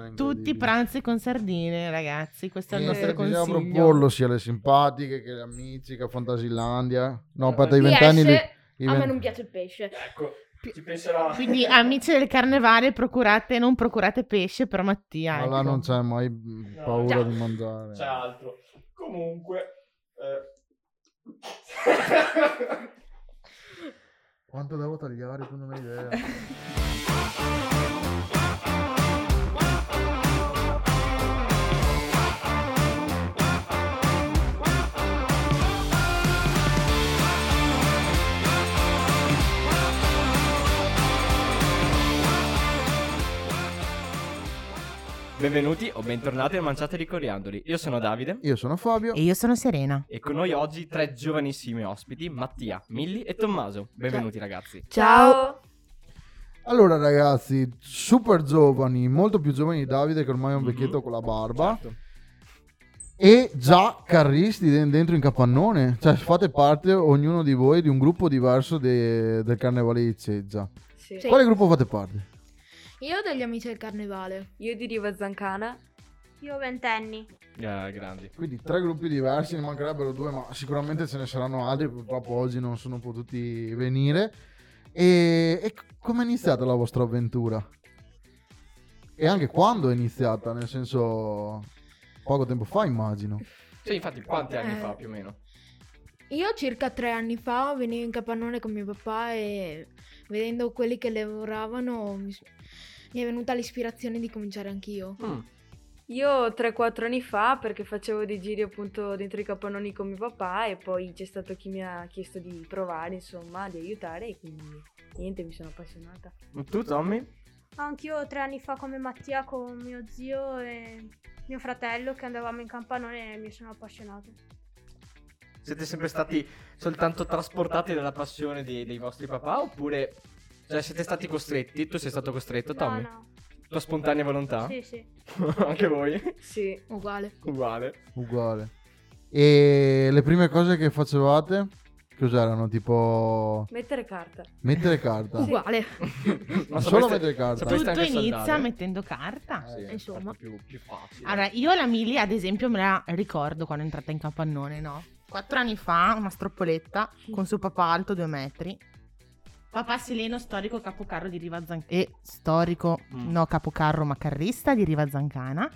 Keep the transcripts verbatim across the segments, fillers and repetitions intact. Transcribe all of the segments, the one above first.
tutti pranzi con sardine, ragazzi. Questo è il Eh, nostro bisogna consiglio. proporlo sia alle simpatiche che alle amici, che a Fantasilandia. No, aspetta, i P S, vent'anni li- i a me vent- non piace il pesce. Ecco, ci penserò. Quindi, amici del carnevale, procurate, non procurate pesce per Mattia. Ma là ecco. non c'è mai mm, No, paura già. di mangiare. C'è altro. Comunque... eh. Quanto devo tagliare? Tu non hai idea. Benvenuti o bentornati a Manciate di Coriandoli. Io sono Davide Io sono Fabio. E io sono Serena. e con noi oggi tre giovanissimi ospiti, Mattia, Milli e Tommaso. Benvenuti ragazzi. Ciao. Allora ragazzi, super giovani, molto più giovani di Davide che ormai è un Mhm. vecchietto con la barba. Certo. E già carristi de- dentro in capannone. Cioè fate parte ognuno di voi di un gruppo diverso de- del carnevale di Ceggia. Sì. Sì. Quale gruppo fate parte? Io degli amici del carnevale. Io di Riva Zancana. Io ventenni. Eh, grandi. Quindi tre gruppi diversi, ne mancherebbero due, ma sicuramente ce ne saranno altri. Purtroppo oggi non sono potuti venire. E, e come è iniziata la vostra avventura? E anche quando è iniziata? Nel senso, poco tempo fa immagino. Sì, infatti, quanti anni Eh. fa più o meno? Io circa tre anni fa venivo in capannone con mio papà e vedendo quelli che lavoravano mi, mi è venuta l'ispirazione di cominciare anch'io. Mm. Io tre quattro anni fa, perché facevo dei giri appunto dentro i capannoni con mio papà, e poi c'è stato chi mi ha chiesto di provare, insomma, di aiutare, e quindi niente, mi sono appassionata. Tu, Tommy? Anch'io tre anni fa come Mattia con mio zio e mio fratello che andavamo in campanone e mi sono appassionato. Siete sempre stati soltanto trasportati dalla passione dei, dei vostri papà oppure cioè, siete stati costretti? Tu sei stato costretto, Tommy? No, no. Tua spontanea volontà? Sì, sì. Anche voi? Sì. Uguale. Uguale. Uguale. E le prime cose che facevate? Cos'erano? Tipo Mettere carta. mettere carta. Uguale. Ma Solo sapreste- mettere carta. sapreste Tutto anche inizia saldare? mettendo carta. Sì, insomma. è più, più facile. Allora, io la Mili, ad esempio, me la ricordo quando è entrata in capannone, no? Quattro anni fa, una stroppoletta con suo papà alto due metri. Papà Sileno, storico capocarro di Riva Zancana. E storico, Mm. no capocarro, ma carrista di Riva Zancana.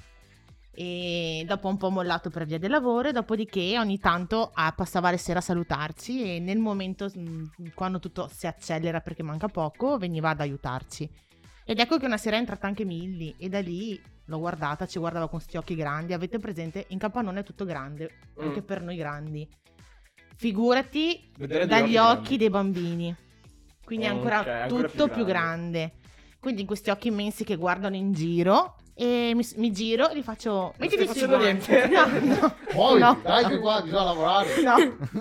E dopo un po' mollato per via del lavoro, e dopodiché ogni tanto ah, passava le sere a salutarci e nel momento, mh, quando tutto si accelera perché manca poco, veniva ad aiutarci. Ed ecco che una sera è entrata anche Milli e da lì l'ho guardata, ci guardava con sti occhi grandi. Avete presente? In capannone è tutto grande, anche Mm. per noi grandi. Figurati Vedere degli dagli occhi occhi dei bambini. Quindi è ancora Ok, ancora tutto più più grande. Quindi in questi occhi immensi che guardano in giro. E mi, mi giro e gli faccio. Non Mettiti stai sui facendo guanti. niente? No, no. Poi, No. dai che qua bisogna lavorare. No.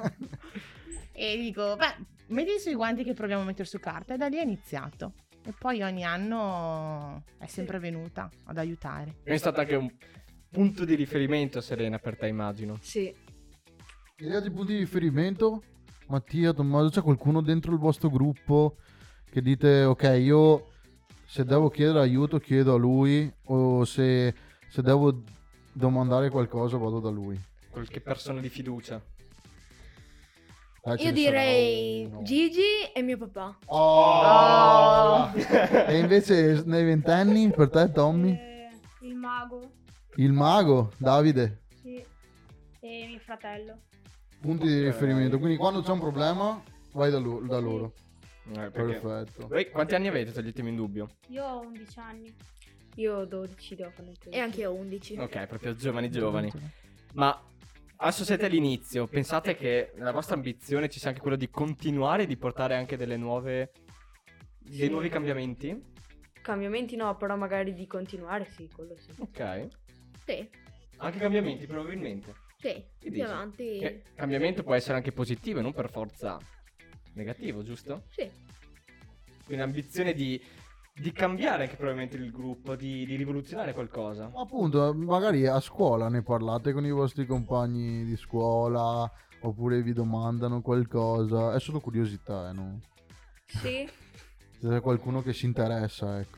E dico, beh, mettiti sui guanti che proviamo a mettere su carta. E da lì è iniziato. E poi ogni anno è sempre venuta ad aiutare. È stato anche un punto di riferimento, Serena, per te, immagino. Sì. E gli altri punti di riferimento? Mattia, Tommaso, c'è qualcuno dentro il vostro gruppo che dite ok, io se devo chiedere aiuto chiedo a lui, o se, se devo domandare qualcosa vado da lui? Qualche persona di fiducia. Eh, ce Io ne direi sarà uno. Gigi e mio papà. Oh! E invece nei ventenni per te Tommy? Eh, il mago. Il mago, Davide, Sì. E mio fratello. punti di riferimento, quindi quando c'è un problema vai da, lo- da loro. Eh, perché- Perfetto. Voi quanti anni avete, toglietemi in dubbio? Io ho undici anni. Io ho dodici, devo fare il tredici. E anche io undici. Ok, proprio giovani giovani. Ma adesso siete all'inizio, pensate che la vostra ambizione ci sia anche quello di continuare, di portare anche delle nuove dei Sì. nuovi cambiamenti? Cambiamenti no, però magari di continuare, sì, quello sì. Ok. Sì, Anche cambiamenti probabilmente. sì, Che più dici? avanti. Che cambiamento può essere anche positivo e non per forza negativo, giusto? Sì. Quindi ambizione di, di cambiare anche probabilmente il gruppo, di, di rivoluzionare qualcosa. Appunto, magari a scuola ne parlate con i vostri compagni di scuola, oppure vi domandano qualcosa. È solo curiosità, eh, no? Sì, Se c'è qualcuno che si interessa, ecco.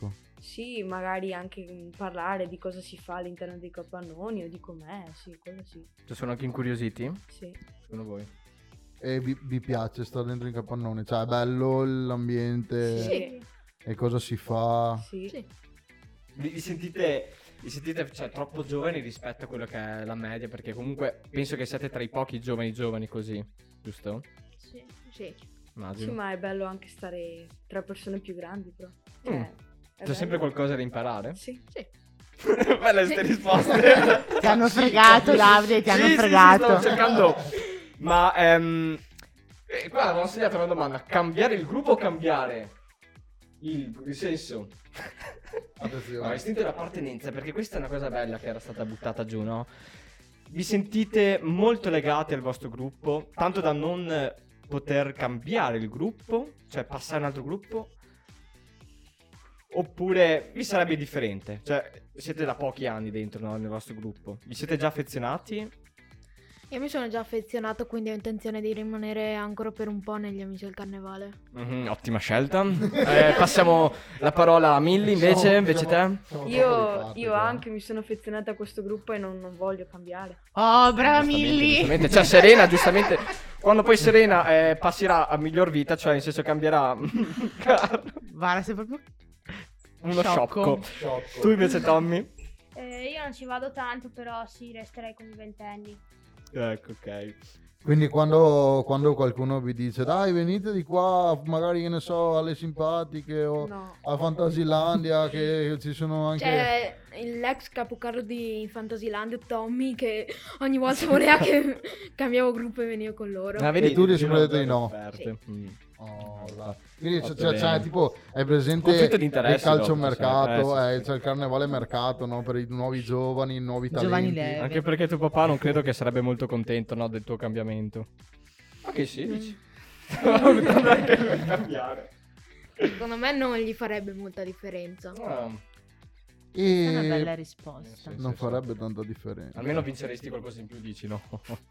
Sì, magari anche mm, parlare di cosa si fa all'interno dei capannoni o di com'è, sì, quello sì. Cioè, sono anche incuriositi? Sì. Secondo voi? E vi, vi piace stare dentro in capannone? Cioè è bello l'ambiente Sì. e cosa si fa? Sì. Sì. Vi, vi sentite, vi sentite cioè, troppo giovani rispetto a quello che è la media? Perché comunque penso che siete tra i pochi giovani giovani così, giusto? Sì. Sì. Immagino. Sì, ma è bello anche stare tra persone più grandi, però. Mm. Cioè, è C'è bello. sempre qualcosa da imparare? Sì. Sì. Belle queste risposte. Ti hanno fregato, Davide, ti hanno Sì, sì, sì, fregato. stavo cercando. Ma ehm, eh, qua avevo segnato una domanda: cambiare il gruppo o cambiare il, il senso? Attenzione. No, istinto dell'appartenenza, perché questa è una cosa bella che era stata buttata giù, no? Vi sentite molto legati al vostro gruppo, tanto da non poter cambiare il gruppo, cioè passare a un altro gruppo? Oppure vi sarebbe differente? Cioè, siete da pochi anni dentro, no, nel vostro gruppo. Vi siete già affezionati? Io mi sono già affezionato, quindi ho intenzione di rimanere ancora per un po' negli Amici del Carnevale. Mhm, ottima scelta. Eh, passiamo la parola a Milly invece, Siamo- invece siamo- te? siamo Io, troppo riparte, io qua. anche mi sono affezionata a questo gruppo e non, non voglio cambiare. Oh, brava Giustamente, Milly. giustamente. Cioè Serena, giustamente, quando poi Serena eh, passerà a miglior vita, cioè in senso cambierà Guarda, sei proprio uno Sciocco. sciocco. Tu invece Tommy? Eh, io non ci vado tanto, però sì, resterei con i ventenni. Ecco, ok. Quindi quando, quando qualcuno vi dice dai venite di qua, magari che ne so, alle simpatiche o No. a Fantasilandia che ci sono anche... C'è l'ex capocarro di Fantasyland, Tommy, che ogni volta voleva che cambiavo gruppo e venivo con loro. Ah, E tu rispondete io non di no. ho offerte. Mm. Oh, là. Quindi c'è, Fatto c'è- c'è bene. tipo, hai presente Conflitto di il interessi calciomercato, dopo, sì, eh, sì. c'è il carnevale mercato, no? Per i nuovi giovani, i nuovi talenti. Giovani leve. Anche perché tuo papà non credo che sarebbe molto contento, no, del tuo cambiamento. Ma che sì, dici? Stavo valutando anche per cambiare. Secondo me non gli farebbe molta differenza. Ah, E È una bella risposta. Sì, non sì, farebbe tanta differenza. almeno vinceresti qualcosa in più, dici, no?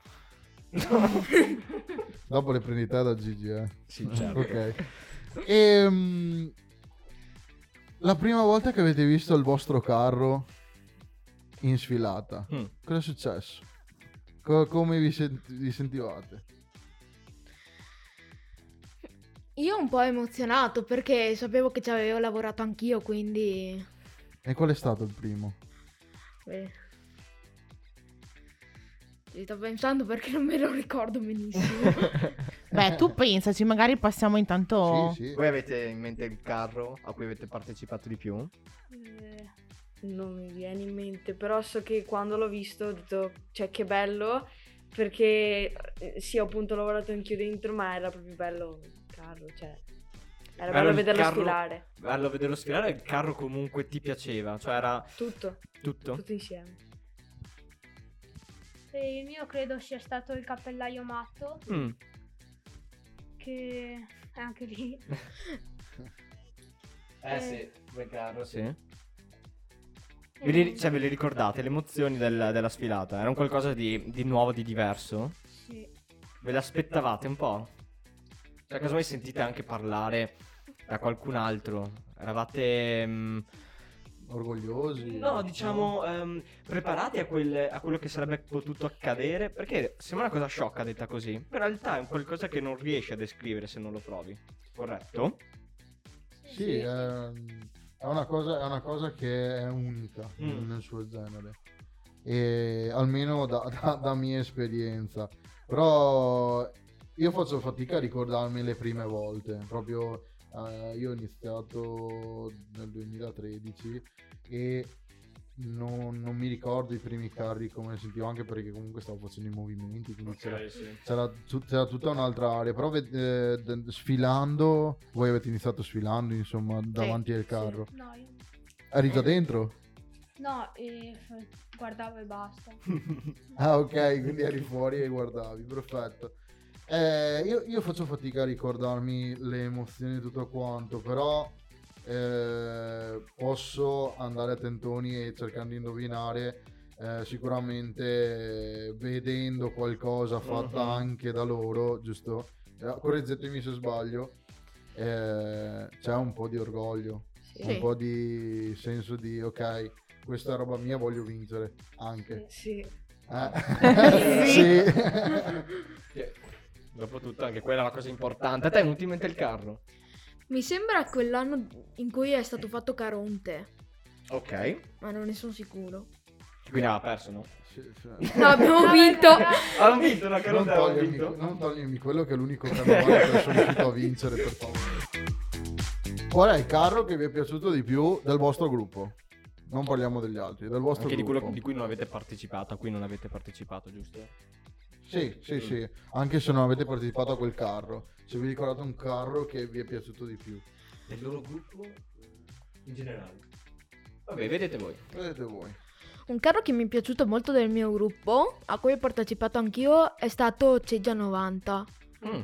Dopo le prendi te da Gigi, eh. Sì, certo. Ok. Ehm, la prima volta che avete visto il vostro carro in sfilata, Mm. cosa è successo? Co- come vi, sent- vi sentivate? Io un po' emozionato perché sapevo che ci avevo lavorato anch'io, quindi... E qual è stato il primo? Beh, ci sto pensando perché non me lo ricordo benissimo. Beh, tu pensaci, magari passiamo intanto... Sì, sì. Voi avete in mente il carro a cui avete partecipato di più? Eh, non mi viene in mente, però so che quando l'ho visto ho detto, cioè che bello, perché eh, sì, ho appunto lavorato anch'io dentro, ma era proprio bello il carro, cioè era bello, il vederlo carro- sfilare, Bello vederlo sfilare, il carro comunque ti piaceva, cioè era tutto, tutto? tutto insieme. E il mio credo sia stato il cappellaio matto, Mm. che è anche lì. Eh Eh. sì, quel carro, sì. Ve li, cioè, ve le ricordate le emozioni del- della sfilata? Era un qualcosa di, di nuovo, di diverso? Sì. Ve l'aspettavate un po'? Cioè, casomai sentite anche parlare da qualcun altro? Eravate... mm, Orgogliosi? no, diciamo, ehm, preparati a, quel- a quello che sarebbe potuto accadere? Perché sembra una cosa sciocca detta così, però in realtà è un qualcosa che non riesci a descrivere se non lo provi. Corretto? Sì, è, è una cosa, è una cosa che è unica Mm. nel suo genere. E almeno da, da- da mia esperienza. Però io faccio fatica a ricordarmi le prime volte. Proprio eh, io ho iniziato nel duemilatredici e non, non mi ricordo i primi carri come sentivo, anche perché comunque stavo facendo i movimenti, quindi c'era, sì. c'era, tu- c'era tutta un'altra area. Però ved- eh, d- sfilando, voi avete iniziato sfilando insomma davanti al carro. No, io... Eri già dentro? no eh, f- guardavo e basta. Ah, ok, quindi eri fuori e guardavi, perfetto. Eh, io, io faccio fatica a ricordarmi le emozioni e tutto quanto, però eh, posso andare a tentoni e cercando di indovinare, eh, sicuramente eh, vedendo qualcosa fatta Mhm. anche da loro, giusto? Eh, correggetemi se sbaglio, eh, c'è un po' di orgoglio. Sì. un po' di senso di ok, questa è roba mia, voglio vincere anche. Sì. Eh? Sì. Che, dopotutto anche quella è una cosa importante. A te è venuto in mente il carro? Mi sembra quell'anno in cui è stato fatto Caronte, Ok. ma non ne sono sicuro. Quindi aveva perso, no? Sì, sì. No, abbiamo vinto. Hanno vinto una Non carota, hanno togliermi, vinto. non togliermi quello che è l'unico carnevale che sono riuscito a vincere, per favore. Qual è il carro che vi è piaciuto di più del vostro gruppo? Non parliamo degli altri, del vostro Anche di gruppo. quello di cui non avete partecipato, a cui non avete partecipato, giusto? Sì, sì, sì, anche se non avete partecipato a quel carro. Se vi ricordate un carro che vi è piaciuto di più. Del loro gruppo in generale. Vabbè, vedete voi. Vedete voi. Un carro che mi è piaciuto molto del mio gruppo, a cui ho partecipato anch'io, è stato Ceggia novanta. Mm.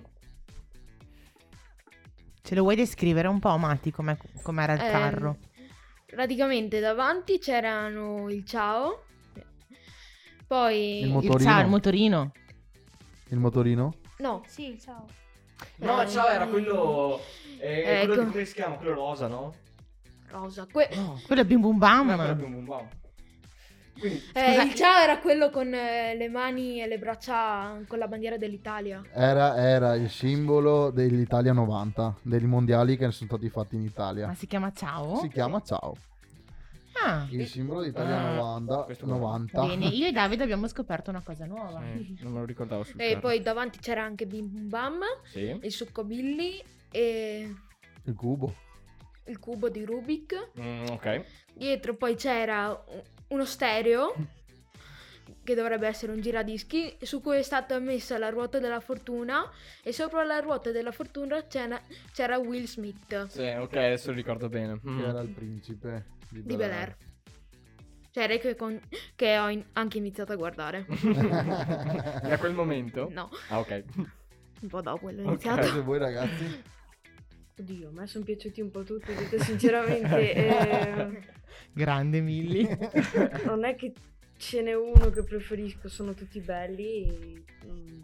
Ce lo vuoi descrivere un po', Matti, com'è- com'era il Ehm, carro? Praticamente davanti c'erano il Ciao, poi... Il mo- Il motorino. ciao, il motorino. Il motorino? no, Sì, ciao. No, ciao, era quello. Eh, Ecco. quello di come si chiama? Quello rosa, no? rosa. Que- Quello è Bim Bum Bam. No, quello bum bum bam. Quindi, eh, Scusa- il Ciao era quello con eh, le mani e le braccia con la bandiera dell'Italia. Era, era il simbolo dell'Italia novanta, dei mondiali che sono stati fatti in Italia. Ma si chiama Ciao? Si chiama Ciao. Ah, Il simbolo d'Italia Ah, novanta. questo me lo- novanta. bene. Io e Davide abbiamo scoperto una cosa nuova. eh, non me lo ricordavo sul E carro. poi davanti c'era anche Bim Bum Bam, Sì. il Succobilly e Il cubo. il cubo di Rubik. Mm, ok. Dietro poi c'era u- uno stereo che dovrebbe essere un giradischi su cui è stata messa la ruota della fortuna e sopra la ruota della fortuna c'era, c'era Will Smith Sì, ok, adesso lo ricordo bene. Mm. Che era il principe di, di Bel Air. Cioè che, con- che ho in- anche iniziato a guardare. Da quel momento? No, Ah, ok. un po' dopo l'ho Ok. iniziato. Invece voi ragazzi? Oddio, a me sono piaciuti un po' tutti, detto sinceramente. eh, Grande Milly. non è che ce n'è uno che preferisco, sono tutti belli. E, mm,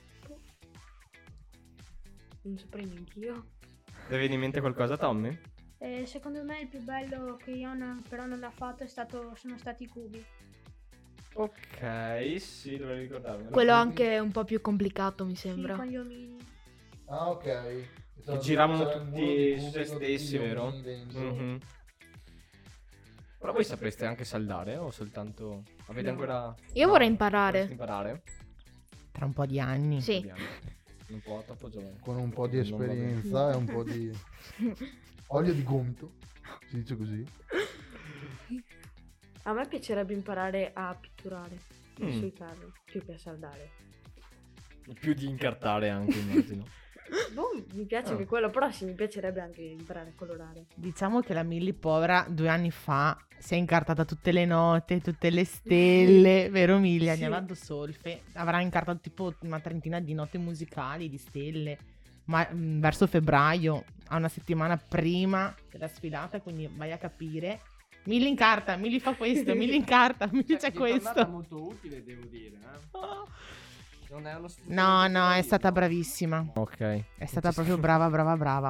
non saprei neanch'io. Ti viene in mente qualcosa, Tommy? Eh, secondo me il più bello che io non- però non l'ho fatto è stato, sono stati i cubi. Ok, sì, dovrei ricordarmi. Quello anche è un po' più complicato, mi Sì, sembra. con gli omini. Ah, ok. Che giravano C'era il tutti muro di su cubi se con stessi, tutti gli vero? omini dentro. Mhm. Però voi sapreste anche saldare o soltanto... Avete No. ancora... Io no, vorrei imparare. vorreste imparare? Tra un po' di anni. Sì. Vediamo. Un po' troppo giovane. Con un po' di Non va bene. esperienza e un po' di olio di gomito. Si dice così. A me piacerebbe imparare a pitturare Mm. sui carri, più che a saldare. Più di incartare anche, immagino. Boh, mi piace Ah. anche quello, però sì, mi piacerebbe anche imparare a colorare. Diciamo che la Milly povera due anni fa si è incartata tutte le note, tutte le stelle, vero Milly? Sì. Agnavando Solfe. Avrà incartato tipo una trentina di note musicali, di stelle, ma mh, verso febbraio, a una settimana prima della sfilata, quindi vai a capire. Milly incarta, Milly fa questo, Milly incarta, Milly c'è questo. molto utile, devo dire. Non è uno No, no, è stata bravissima. Ok. È stata proprio brava, brava, brava.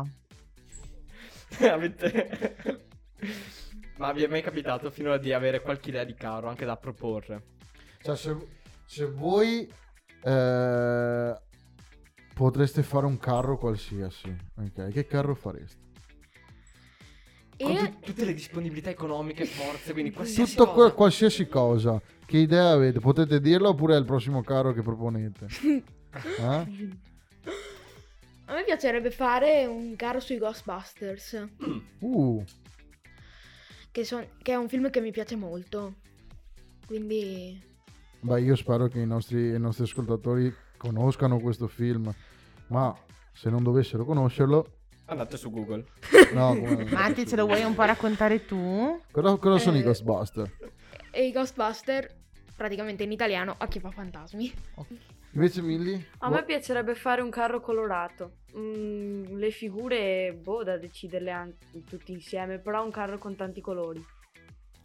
Avete... Ma vi è mai capitato finora di avere qualche idea di carro anche da proporre? Cioè, se, se voi eh, potreste fare un carro qualsiasi, ok? Che carro fareste? Con E tu- tutte le disponibilità economiche, forze, quindi qualsiasi Tutto cosa. que- qualsiasi cosa. Che idea avete? Potete dirlo oppure è il prossimo carro che proponete? Eh? a me piacerebbe fare un carro sui Ghostbusters, Uh, che, son- che è un film che mi piace molto. Quindi beh, io spero che i nostri, i nostri ascoltatori conoscano questo film, ma se non dovessero conoscerlo, Andate su Google. no, come- Matti, ce lo vuoi un po' raccontare tu? Cosa, cosa sono i Eh, Ghostbuster? e i Ghostbusters, praticamente in italiano, Acchiappafantasmi. Invece Milly? A me piacerebbe fare un carro colorato. Mm, le figure, boh, da deciderle anche tutti insieme, però un carro con tanti colori.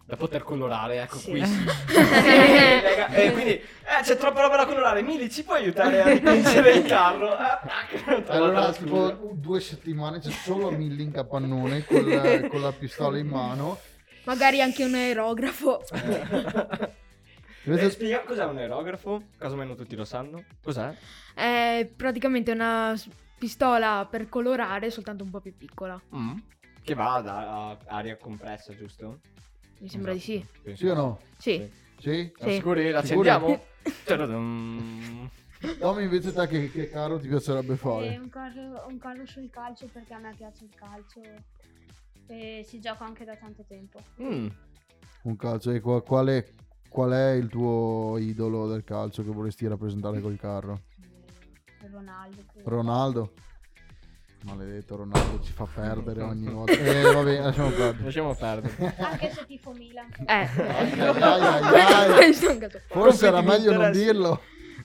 Da poter colorare, ecco Sì. qui sì. E eh, quindi eh, c'è troppa roba da colorare. Mili, ci puoi aiutare a dipingere il carro? Eh, Allora, tipo due settimane c'è solo Milli in capannone con la, con la pistola in mano. Magari anche un aerografo. Eh, spiega cos'è un aerografo? Caso meno tutti lo sanno. Cos'è? È praticamente una s- pistola per colorare, soltanto un po' più piccola. Mm. Che va da a aria compressa, giusto? Mi sembra di sì. Penso. Sì o no? Sì. Sì? Sì. Sicuri? La Sicuri? accendiamo? Tadadam. Tommy, invece te che, che caro ti piacerebbe E fare? un carro, un carro sul calcio perché a me piace il calcio e si gioca anche da tanto tempo. Mm. Un calcio. E qua- qual, è, qual è il tuo idolo del calcio che vorresti rappresentare col carro? E Ronaldo. credo. Ronaldo? Maledetto Ronaldo, ci fa perdere ogni volta. Eh, vabbè, lasciamo perdere. Lasciamo perdere. Anche se tifo Milan. Eh. Ai, ai, ai, ai. Questo è un caso. Forse era Conflitti di meglio non interessi. dirlo.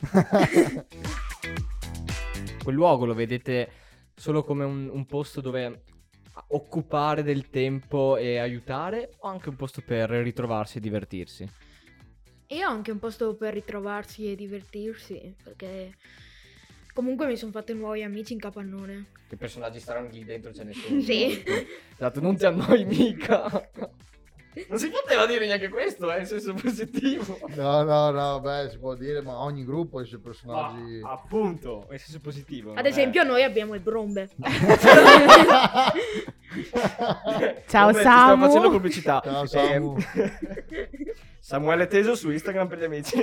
Quel luogo lo vedete solo come un, un posto dove occupare del tempo e aiutare, o anche un posto per ritrovarsi e divertirsi? E ho anche un posto per ritrovarsi e divertirsi, perché comunque mi sono fatte nuovi amici in capannone. Che personaggi strani lì dentro ce ne sono? Sì. Esatto, non ti annoi mica. Non si poteva dire neanche questo, eh, in senso positivo. No, no, no, beh, si può dire, ma ogni gruppo ha i suoi personaggi. Ma, appunto, in senso positivo. Ad non è- esempio noi abbiamo il Brombe. Ciao, Vabbè, ti Samu. Stavo facendo pubblicità. Ciao, Samu. Eh, Samuele Teso su Instagram per gli amici.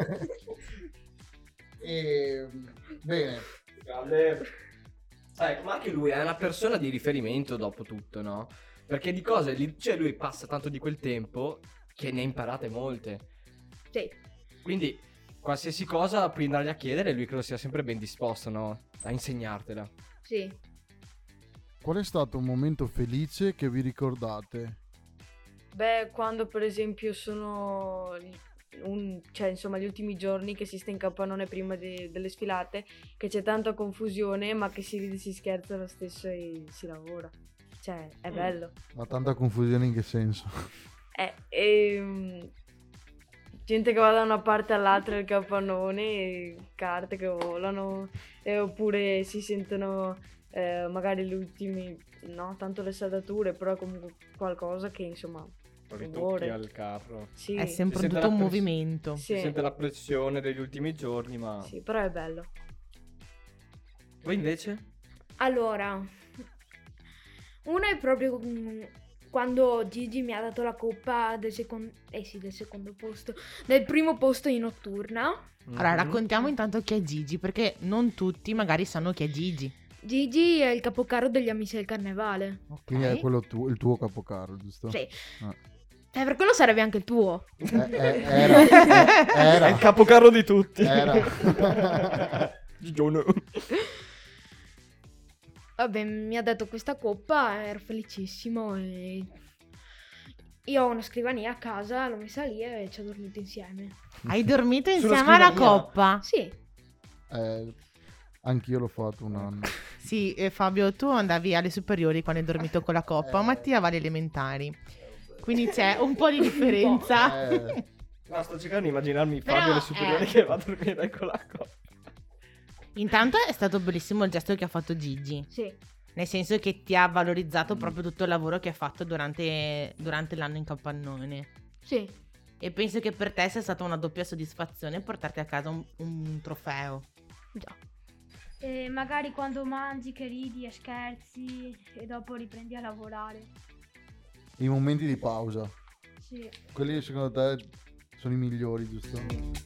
E, bene, Grande. Ecco, ma anche lui è una persona di riferimento dopo tutto, no? Perché di cose, li- cioè lui passa tanto di quel tempo che ne ha imparate molte. Sì. Quindi qualsiasi cosa puoi andargli a chiedere, lui credo sia sempre ben disposto, no? A insegnartela. Sì. qual è stato un momento felice che vi ricordate? Beh, quando per esempio sono un, cioè insomma gli ultimi giorni che si sta in capannone prima de- delle sfilate, che c'è tanta confusione ma che si ride, si scherza lo stesso e si lavora. Cioè, è Mm. bello. Ma tanta confusione in che senso? Eh, e, gente che va da una parte all'altra del capannone, e carte che volano, e oppure si sentono eh, magari le ultime, no, tanto le saldature, però comunque qualcosa che insomma Ritocchi rumore. al carro. Sì, È sempre Si sente tutto un la press- movimento. Sì. Si sente la pressione degli ultimi giorni, ma... sì, però è bello. Voi invece? Allora, una è proprio mm, quando Gigi mi ha dato la coppa del secondo, eh sì, del secondo posto, del primo posto in notturna. Allora, Mhm. raccontiamo intanto chi è Gigi, perché non tutti magari sanno chi è Gigi. Gigi è il capocarro degli amici del carnevale. Quindi è quello tu- il tuo capocarro, giusto? Sì. Ah. Eh, per quello sarebbe anche il tuo. Eh, eh, era, eh, È era, il capocarro di tutti. era. Gigione. Vabbè, mi ha dato questa coppa, ero felicissimo e io ho una scrivania a casa, l'ho messa lì e ci ho dormito insieme. Hai dormito Sulla insieme alla scrivania? coppa? Sì, Eh, anch'io l'ho fatto un anno. Sì, e Fabio, tu andavi alle superiori quando hai dormito con la coppa, Eh. Mattia va alle elementari. Quindi c'è un po' di differenza. Eh, No, sto cercando di immaginarmi Però, Fabio alle superiori eh. che va a dormire con la coppa. Intanto è stato bellissimo il gesto che ha fatto Gigi. sì. Nel senso che ti ha valorizzato Mm. proprio tutto il lavoro che ha fatto durante, durante l'anno in capannone. Sì, E penso che per te sia stata una doppia soddisfazione portarti a casa un, un trofeo. già. E magari quando mangi che ridi e scherzi e dopo riprendi a lavorare. I momenti di pausa. Sì. Quelli secondo te sono i migliori, giusto?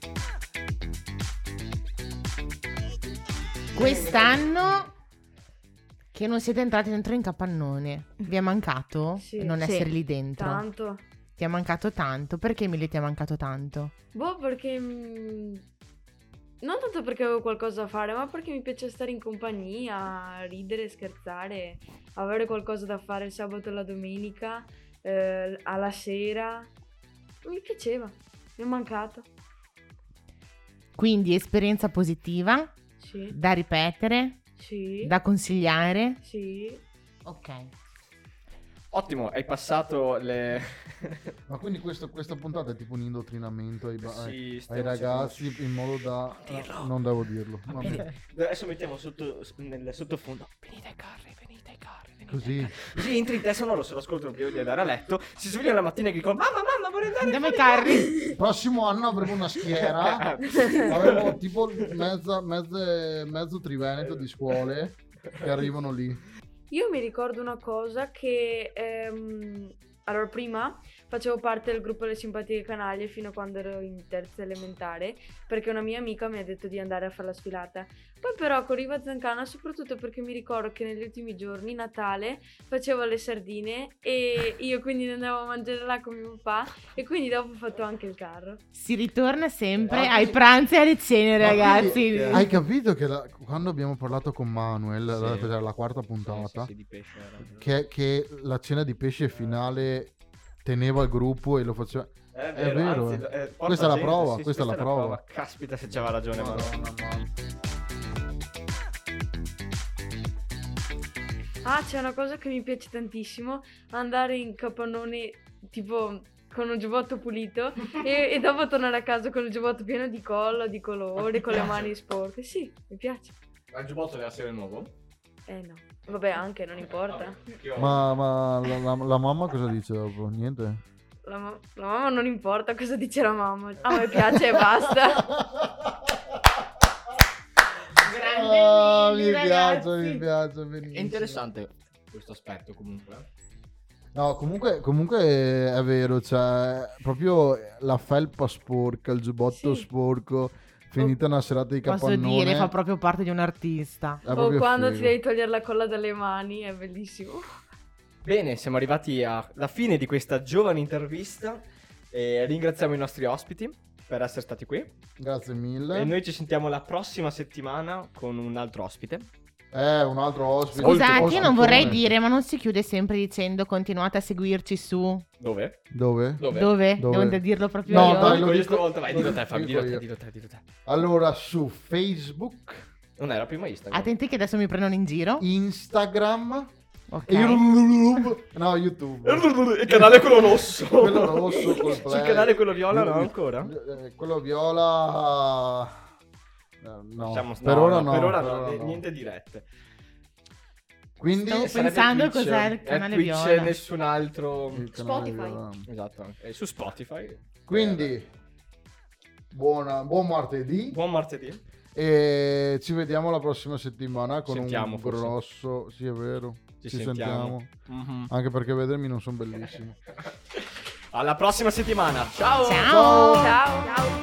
Quest'anno che non siete entrati dentro in capannone, vi è mancato Sì. non Sì. essere lì dentro? Tanto. Ti è mancato tanto? Perché Emily ti è mancato tanto? Boh, perché... mm, non tanto perché avevo qualcosa da fare, ma perché mi piace stare in compagnia, ridere, scherzare, avere qualcosa da fare il sabato e la domenica, eh, alla sera. Mi piaceva, mi è mancato. Quindi esperienza positiva, Sì, da ripetere, sì, da consigliare. sì. Ok. Ottimo, hai passato le... Ma quindi questo, questa puntata è tipo un indottrinamento ai, ba- Sì, ai- stiamo ai ragazzi in modo da... Dirlo. Non devo dirlo. vabbè. Bene, adesso mettiamo sotto, nel sottofondo. Venite ai carri, venite ai carri. venite Così. ai carri. Così entri in testa sonoro, se lo ascoltano prima di andare a letto. Si svegliano la mattina e dicono: Mamma, mamma, vorrei andare Andiamo ai fuori carri. Prossimo anno avremo una schiera. Avremo tipo mezza, mezze, mezzo triveneto di scuole che arrivano lì. Io mi ricordo una cosa che ehm, allora prima facevo parte del gruppo Le Simpatiche Canaglie fino a quando ero in terza elementare, perché una mia amica mi ha detto di andare a fare la sfilata. Poi però con Riva Zancana, soprattutto perché mi ricordo che negli ultimi giorni, Natale, facevo le sardine e io quindi andavo a mangiare là con mio papà e quindi dopo ho fatto anche il carro. Si ritorna sempre Ah, ai pranzi e alle cene, Ma ragazzi. quindi hai capito che la- quando abbiamo parlato con Manuel, la, Sì. cos'era, la quarta Sì, puntata, sì, sì, di pesce, era. che, che la cena di pesce finale teneva il gruppo e lo faceva... È È vero, anzi, eh. eh, porta Questa è la gente, prova, sì, questa è la prova. Caspita, se c'aveva ragione, ma Madonna, mamma. Ah, c'è una cosa che mi piace tantissimo, andare in capannone tipo con un giubbotto pulito e, e dopo tornare a casa con il giubbotto pieno di colla, di colore, con le mani sporche. Sì, mi piace. Ma il giubbotto deve essere nuovo? Eh no, vabbè anche, non importa. Ma, ma la, la- la mamma cosa dice dopo? Niente? La, ma- la mamma non importa cosa dice la mamma, a me piace e basta. Grande Ah, mi Lilli, piace, ragazzi. mi piace, benissimo. È interessante questo aspetto comunque. No, comunque, comunque è vero, cioè, proprio la felpa sporca, il giubbotto Sì. sporco, finita una serata di Posso capannone. dire, fa proprio parte di un artista. è O proprio quando ti figo. devi togliere la colla dalle mani, è bellissimo. Bene, siamo arrivati alla fine di questa giovane intervista e ringraziamo i nostri ospiti per essere stati qui. Grazie mille. E noi ci sentiamo la prossima settimana con un altro ospite. Eh, un altro ospite. Scusate, io Ospitone. non vorrei dire, ma non si chiude sempre dicendo continuate a seguirci su... Dove? Dove? Dove? Dove? Dove? Devo dirlo proprio No, io? dai, Dico lo io dico- stavolta, vai, lo dillo dico- te, Fabio, dico dillo te, io. dillo te, dillo te. Allora, su Facebook, Non era prima Instagram. Attenti che adesso mi prendono in giro. Instagram Ok. e YouTube. No, YouTube. Il canale è quello rosso. Quello rosso col Sul play. canale quello viola no ancora? Eh, Quello viola... eh, No, Diciamo- per no, ora no, no. per ora per no, ora ni- no. niente dirette. Quindi... Stavo Sarebbe pensando Twitch. cos'è il È canale Twitch viola. e nessun altro. il canale Spotify. viola. Esatto, è su Spotify. Quindi, buona, buon martedì. Buon martedì. E ci vediamo la prossima settimana con Sentiamo, un forse. grosso... Sì, è vero. Ci Ci, sentiamo. sentiamo. Mhm. Anche perché vedermi non sono bellissimo. Alla prossima settimana. Ciao. Ciao. Ciao! Ciao!